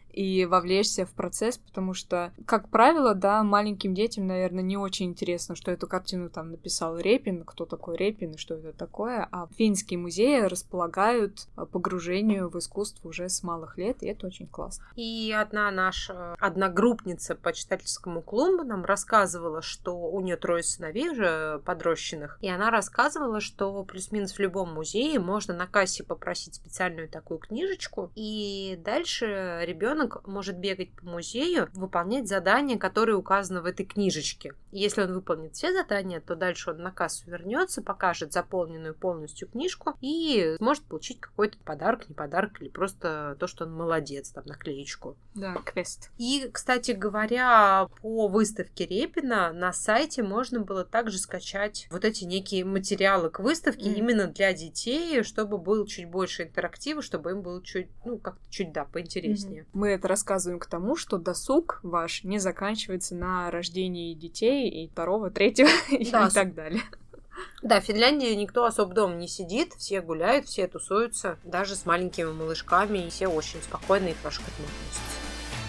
Speaker 1: И вовлечься в процесс, потому что, как правило, да, маленьким детям, наверное, не очень интересно, что эту картину там написал Репин, кто такой Репин и что это такое, а финские музеи располагают погружению в искусство уже с малых лет, и это очень классно.
Speaker 2: И одна наша одногруппница по читательскому клубу нам рассказывала, что у нее 3 сыновей уже подрощенных, и она рассказывала, что плюс-минус в любом музее можно на кассе попросить специальную такую книжечку, и дальше ребенок может бегать по музею, выполнять задания, которые указаны в этой книжечке. И если он выполнит все задания, то дальше он на кассу вернется, покажет заполненную полностью книжку и сможет получить какой-то подарок, не подарок, или просто то, что он молодец, там, наклеечку.
Speaker 1: Да, квест.
Speaker 2: И, кстати говоря, по выставке Репина на сайте можно было также скачать вот эти некие материалы к выставке именно для детей, чтобы было чуть больше интерактива, чтобы им было чуть, поинтереснее.
Speaker 1: Мы это рассказываем к тому, что досуг ваш не заканчивается на рождении детей и 2-го, 3-го и так далее.
Speaker 2: Да, в Финляндии никто особо дома не сидит, все гуляют, все тусуются, даже с маленькими малышками, и все очень спокойно и хорошо к этому относятся.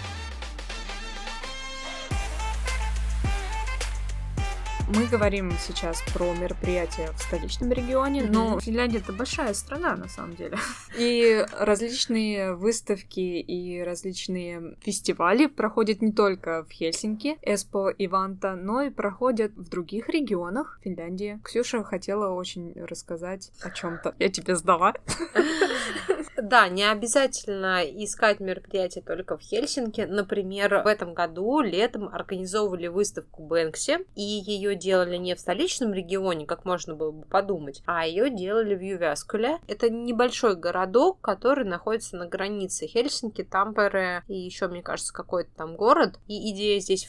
Speaker 1: Мы говорим сейчас про мероприятия в столичном регионе, но Финляндия — это большая страна, на самом деле. И различные выставки и различные фестивали проходят не только в Хельсинки, Эспо и Ванта, но и проходят в других регионах Финляндии. Ксюша хотела очень рассказать о чем-то. Я тебе сдала.
Speaker 2: Да, не обязательно искать мероприятия только в Хельсинки. Например, в этом году летом организовывали выставку Бэнкси, и ее делали не в столичном регионе, как можно было бы подумать, а ее делали в Ювяскуле. Это небольшой городок, который находится на границе Хельсинки, Тампере и еще, мне кажется, какой-то там город. И идея здесь в том,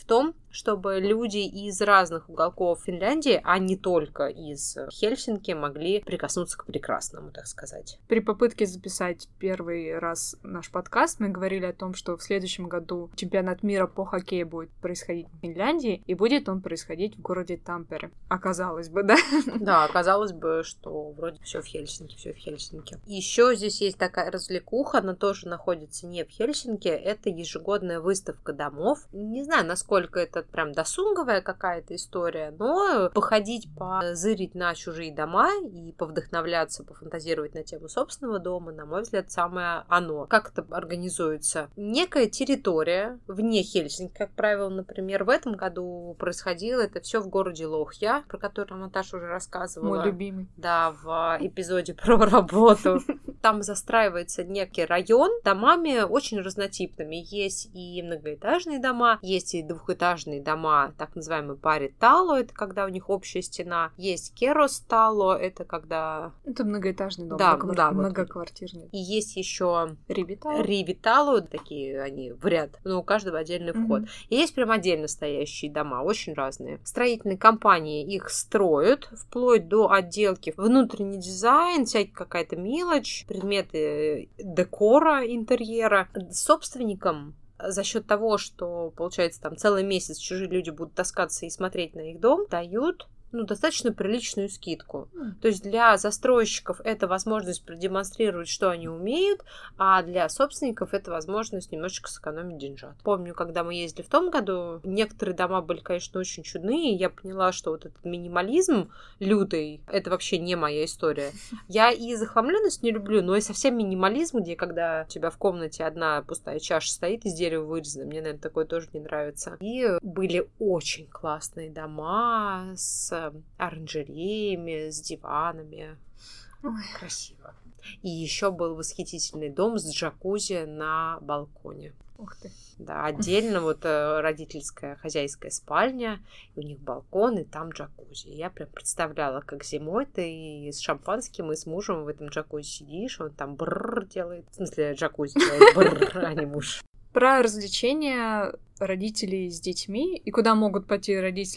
Speaker 2: чтобы люди из разных уголков Финляндии, а не только из Хельсинки, могли прикоснуться к прекрасному, так сказать.
Speaker 1: При попытке записать первый раз наш подкаст мы говорили о том, что в следующем году чемпионат мира по хоккею будет происходить в Финляндии, и будет он происходить в городе Тампере. Оказалось бы, да?
Speaker 2: Да, оказалось бы, что вроде все в Хельсинки. Еще здесь есть такая развлекуха, она тоже находится не в Хельсинки, это ежегодная выставка домов. Не знаю, насколько это прям досуговая какая-то история, но походить, позырить на чужие дома и повдохновляться, пофантазировать на тему собственного дома, на мой взгляд, самое оно. Как это организуется? Некая территория вне Хельсинки, как правило, например, в этом году происходило это все в городе Лохья, про который Наташа уже рассказывала.
Speaker 1: Мой любимый.
Speaker 2: Да, в эпизоде про работу. Там застраивается некий район домами очень разнотипными. Есть и многоэтажные дома, есть и двухэтажные дома, так называемые паритало, это когда у них общая стена. Есть керостало, это когда...
Speaker 1: Это многоэтажный дом,
Speaker 2: да,
Speaker 1: многоквартирный.
Speaker 2: И есть еще
Speaker 1: ривитало.
Speaker 2: Ривитало, такие они в ряд, но у каждого отдельный вход. И есть прям отдельно стоящие дома, очень разные. Строительные компании их строят, вплоть до отделки, внутренний дизайн, всякая какая-то мелочь, предметы декора, интерьера. Собственникам за счет того, что, получается, там целый месяц чужие люди будут таскаться и смотреть на их дом, дают достаточно приличную скидку. То есть для застройщиков это возможность продемонстрировать, что они умеют, а для собственников это возможность немножечко сэкономить деньжат. Помню, когда мы ездили в том году, некоторые дома были, конечно, очень чудные, и я поняла, что вот этот минимализм лютый, это вообще не моя история. Я и захламленность не люблю, но и совсем минимализм, где когда у тебя в комнате одна пустая чаша стоит из дерева вырезана, мне, наверное, такое тоже не нравится. И были очень классные дома с оранжереями, с диванами.
Speaker 1: Ой.
Speaker 2: Красиво. И еще был восхитительный дом с джакузи на балконе.
Speaker 1: Ух ты.
Speaker 2: Да, отдельно вот родительская хозяйская спальня, и у них балкон, и там джакузи. И я прям представляла, как зимой ты с шампанским и с мужем в этом джакузи сидишь, он там бррр делает. В смысле, джакузи делает бррр, а не муж.
Speaker 1: Про развлечения родителей с детьми и куда могут пойти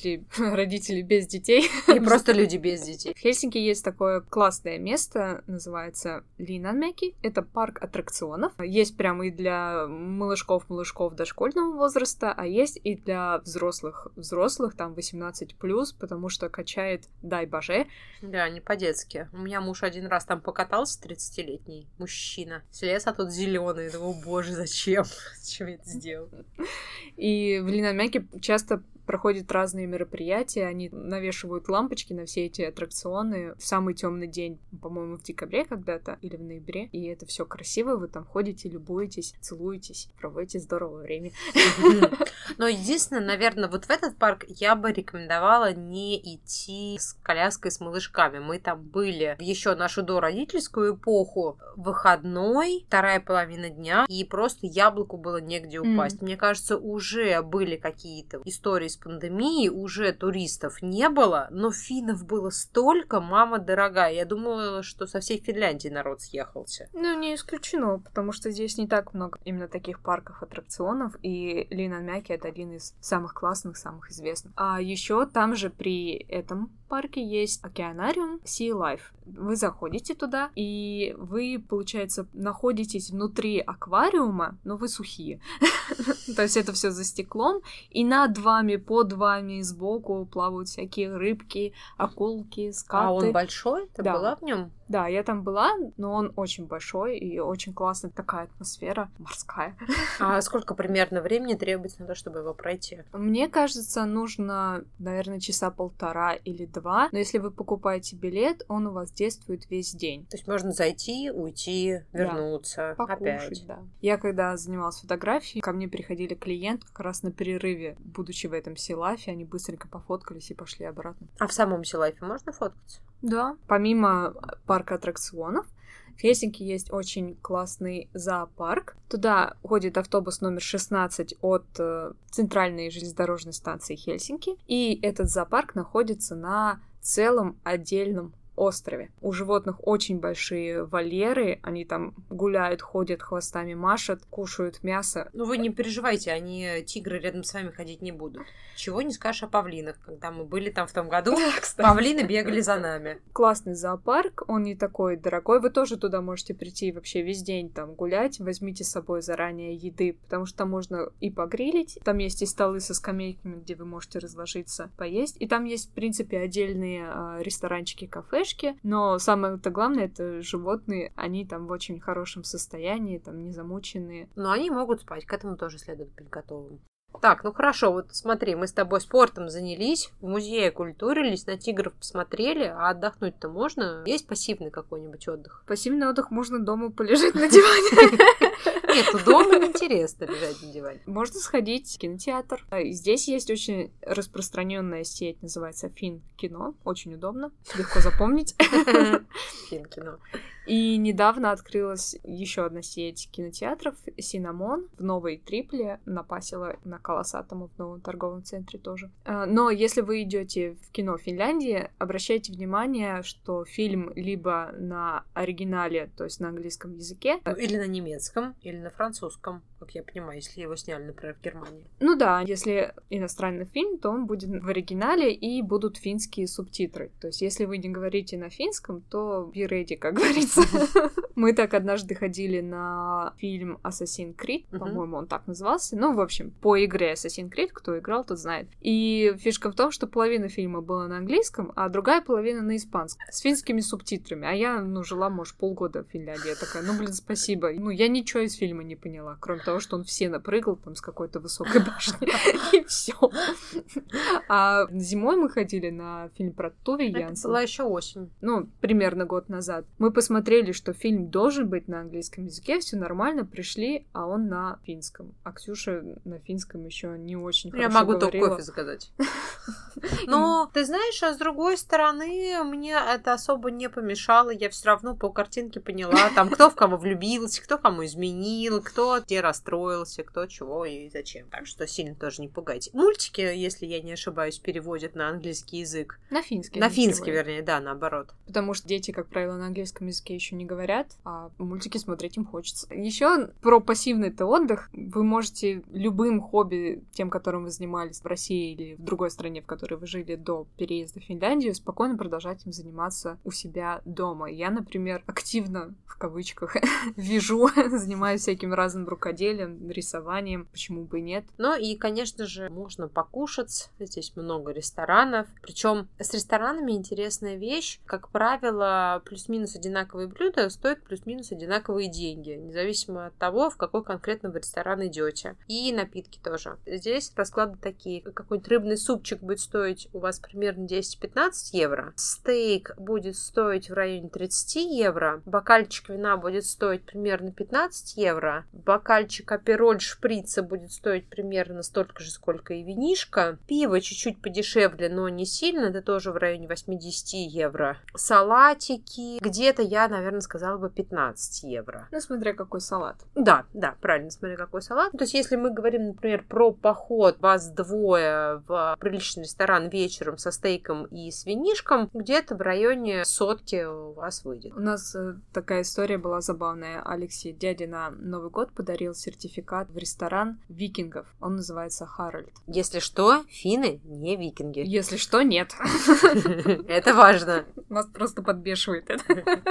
Speaker 1: родители без детей.
Speaker 2: И просто люди без детей.
Speaker 1: В Хельсинки есть такое классное место, называется Линанмеки. Это парк аттракционов. Есть прямо и для малышков дошкольного возраста, а есть и для взрослых, там 18+, потому что качает, дай боже.
Speaker 2: Да, не по-детски. У меня муж один раз там покатался, 30-летний мужчина. Слез, а тут зеленый. Думаю, боже, зачем? Зачем я это сделал?
Speaker 1: И в Линанмеке часто проходят разные мероприятия, они навешивают лампочки на все эти аттракционы в самый темный день, по-моему, в декабре когда-то или в ноябре, и это все красиво, вы там ходите, любуетесь, целуетесь, проводите здоровое время.
Speaker 2: Но единственное, наверное, вот в этот парк я бы рекомендовала не идти с коляской, с малышками. Мы там были в еще нашу дородительскую эпоху, выходной, вторая половина дня, и просто яблоку было негде упасть. Мне кажется, уже были какие-то истории с пандемией, уже туристов не было, но финнов было столько, мама дорогая. Я думала, что со всей Финляндии народ съехался.
Speaker 1: Ну, не исключено, потому что здесь не так много именно таких парков аттракционов, и Линанмеки — это один из самых классных, самых известных. А еще там же при этом парке есть океанариум Sea Life. Вы заходите туда, и вы, получается, находитесь внутри аквариума, но вы сухие. То есть это все за стеклом, и над вами, под вами, сбоку плавают всякие рыбки, акулки, скаты.
Speaker 2: А он большой? Ты была в нем?
Speaker 1: Да, я там была, но он очень большой и очень классная такая атмосфера морская.
Speaker 2: А сколько примерно времени требуется на то, чтобы его пройти?
Speaker 1: Мне кажется, нужно, наверное, часа 1,5 или 2, но если вы покупаете билет, он у вас действует весь день.
Speaker 2: То есть можно зайти, уйти, вернуться,
Speaker 1: покушать,
Speaker 2: опять.
Speaker 1: Да. Я когда занималась фотографией, ко мне приходили клиенты как раз на перерыве, будучи в этом Силафе, они быстренько пофоткались и пошли обратно.
Speaker 2: А в самом Силафе можно фоткаться?
Speaker 1: Да. Помимо парка аттракционов, в Хельсинки есть очень классный зоопарк. Туда ходит автобус номер 16 от центральной железнодорожной станции Хельсинки. И этот зоопарк находится на целом отдельном острове. У животных очень большие вольеры, они там гуляют, ходят, хвостами машут, кушают мясо.
Speaker 2: Ну вы не переживайте, тигры рядом с вами ходить не будут. Чего не скажешь о павлинах. Когда мы были там в том году, павлины бегали за нами.
Speaker 1: Классный зоопарк, он не такой дорогой. Вы тоже туда можете прийти вообще весь день там гулять. Возьмите с собой заранее еды, потому что там можно и погрилить. Там есть и столы со скамейками, где вы можете разложиться, поесть. И там есть, в принципе, отдельные ресторанчики, кафешки. Но самое-то главное, это животные. Они там в очень хорошем состоянии, там не замученные.
Speaker 2: Но они могут спать, к этому тоже следует быть готовым. Так, ну хорошо, вот смотри, мы с тобой спортом занялись, в музее культурились, на тигров посмотрели, а отдохнуть-то можно? Есть пассивный какой-нибудь отдых?
Speaker 1: Пассивный отдых можно дома полежать на диване.
Speaker 2: Нет, ну дома неинтересно лежать на диване.
Speaker 1: Можно сходить в кинотеатр. Здесь есть очень распространенная сеть, называется Фин.Кино. Очень удобно, легко запомнить.
Speaker 2: Фин.Кино.
Speaker 1: И недавно открылась еще одна сеть кинотеатров Синамон в Новой Трипле, на Пасила, на Колосатому, в новом торговом центре тоже. Но если вы идете в кино в Финляндии, обращайте внимание, что фильм либо на оригинале, то есть на английском языке.
Speaker 2: Или на немецком, или на французском, как я понимаю, если его сняли, например, в Германии.
Speaker 1: Ну да, если иностранный фильм, то он будет в оригинале и будут финские субтитры. То есть если вы не говорите на финском, то be ready, как говорится. Мы так однажды ходили на фильм Assassin's Creed, по-моему, он так назывался. Ну, в общем, по игре Assassin's Creed, кто играл, тот знает. И фишка в том, что половина фильма была на английском, а другая половина на испанском, с финскими субтитрами. А я, жила, может, полгода в Финляндии. Я такая, спасибо. Я ничего из фильма не поняла, кроме того, что он в сено прыгал там с какой-то высокой башни. И все. А зимой мы ходили на фильм про Туви Янсен.
Speaker 2: Это была еще осень.
Speaker 1: Примерно год назад. Мы посмотрели, что фильм должен быть на английском языке, все нормально, пришли, а он на финском. А Ксюша на финском еще не очень хорошо говорила.
Speaker 2: Я могу только кофе заказать. Но, ты знаешь, а с другой стороны, мне это особо не помешало. Я все равно по картинке поняла, там, кто в кого влюбился, кто кому изменил, кто где расстроился, кто чего и зачем. Так что сильно тоже не пугайте. Мультики, если я не ошибаюсь, переводят на английский язык.
Speaker 1: На финский.
Speaker 2: На финский, вернее, да, наоборот.
Speaker 1: Потому что дети, как правило, на английском языке еще не говорят, а мультики смотреть им хочется. Еще про пассивный-то отдых. Вы можете любым хобби, тем, которым вы занимались в России или в другой стране, в которой вы жили до переезда в Финляндию, спокойно продолжать им заниматься у себя дома. Я, например, активно, в кавычках, вяжу, занимаюсь всяким разным рукоделием, рисованием, почему бы и нет.
Speaker 2: Ну и, конечно же, можно покушать. Здесь много ресторанов. Причем с ресторанами интересная вещь. Как правило, плюс-минус одинаковые блюда стоят плюс-минус одинаковые деньги, независимо от того, в какой конкретно вы ресторан идете. И напитки тоже. Здесь расклады такие. Какой-нибудь рыбный супчик будет стоить у вас примерно 10-15 евро. Стейк будет стоить в районе 30 евро. Бокальчик вина будет стоить примерно 15 евро. Бокальчик апероль шприца будет стоить примерно столько же, сколько и винишко. Пиво чуть-чуть подешевле, но не сильно. Это тоже в районе 80 евро. Салатики. Где-то я, наверное, сказала бы 15 евро.
Speaker 1: Смотря какой салат.
Speaker 2: Да, правильно, смотря какой салат. То есть, если мы говорим, например, про поход, вас двое в приличный ресторан вечером со стейком и с винишком, где-то в районе сотки у вас выйдет.
Speaker 1: У нас такая история была забавная. Алексей, дядя, на Новый год подарил сертификат в ресторан викингов. Он называется Харальд.
Speaker 2: Если что, финны не викинги.
Speaker 1: Если что, нет.
Speaker 2: Это важно.
Speaker 1: Нас просто подбешивает это.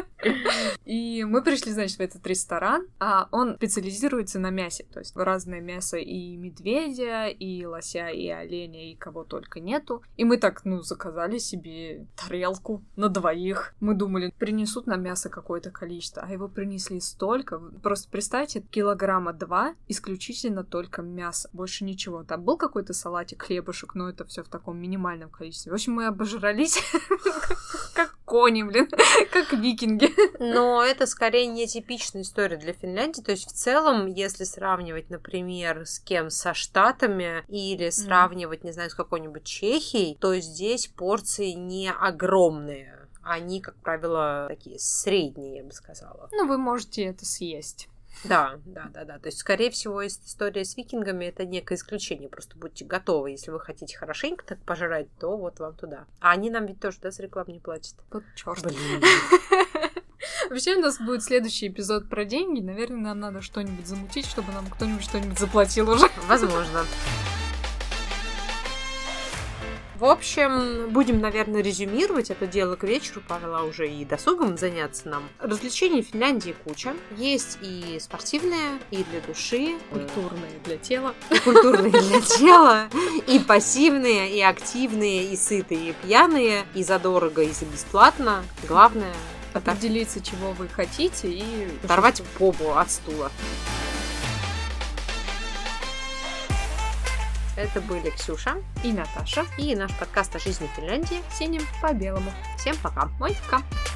Speaker 1: И мы пришли, значит, в этот ресторан, а он специализируется на мясе. То есть разное мясо и медведя, и лося, и оленя, и кого только нету. И мы так, заказали себе тарелку на двоих. Мы думали, принесут нам мясо какое-то количество, а его принесли столько. Просто представьте, 2 килограмма исключительно только мясо. Больше ничего. Там был какой-то салатик, хлебушек, но это все в таком минимальном количестве. В общем, мы обожрались как кони, как викинги.
Speaker 2: Но это скорее не типичная история для Финляндии. То есть в целом, если сравнивать, например, с кем? Со Штатами или сравнивать, не знаю, с какой-нибудь Чехией, то здесь порции не огромные. Они, как правило, такие средние, я бы сказала.
Speaker 1: Вы можете это съесть.
Speaker 2: Да. То есть, скорее всего, история с викингами это некое исключение. Просто будьте готовы. Если вы хотите хорошенько так пожрать, то вот вам туда. А они нам ведь тоже, да, за рекламу не платят.
Speaker 1: Вот чёрт.
Speaker 2: Блин.
Speaker 1: Вообще у нас будет следующий эпизод про деньги. Наверное, нам надо что-нибудь замутить, чтобы нам кто-нибудь что-нибудь заплатил уже.
Speaker 2: Возможно. В общем, будем, наверное, резюмировать это дело к вечеру. Пора уже и досугом заняться нам. Развлечений в Финляндии куча. Есть и спортивные, и для души.
Speaker 1: Культурные для тела.
Speaker 2: И культурные для тела. И пассивные, и активные, и сытые, и пьяные. И задорого, и за бесплатно. Главное —
Speaker 1: определиться, чего вы хотите, и
Speaker 2: оторвать попу от стула. Это были Ксюша
Speaker 1: и Наташа.
Speaker 2: И наш подкаст о жизни в Финляндии.
Speaker 1: Синим по белому.
Speaker 2: Всем пока.
Speaker 1: Ой, пока.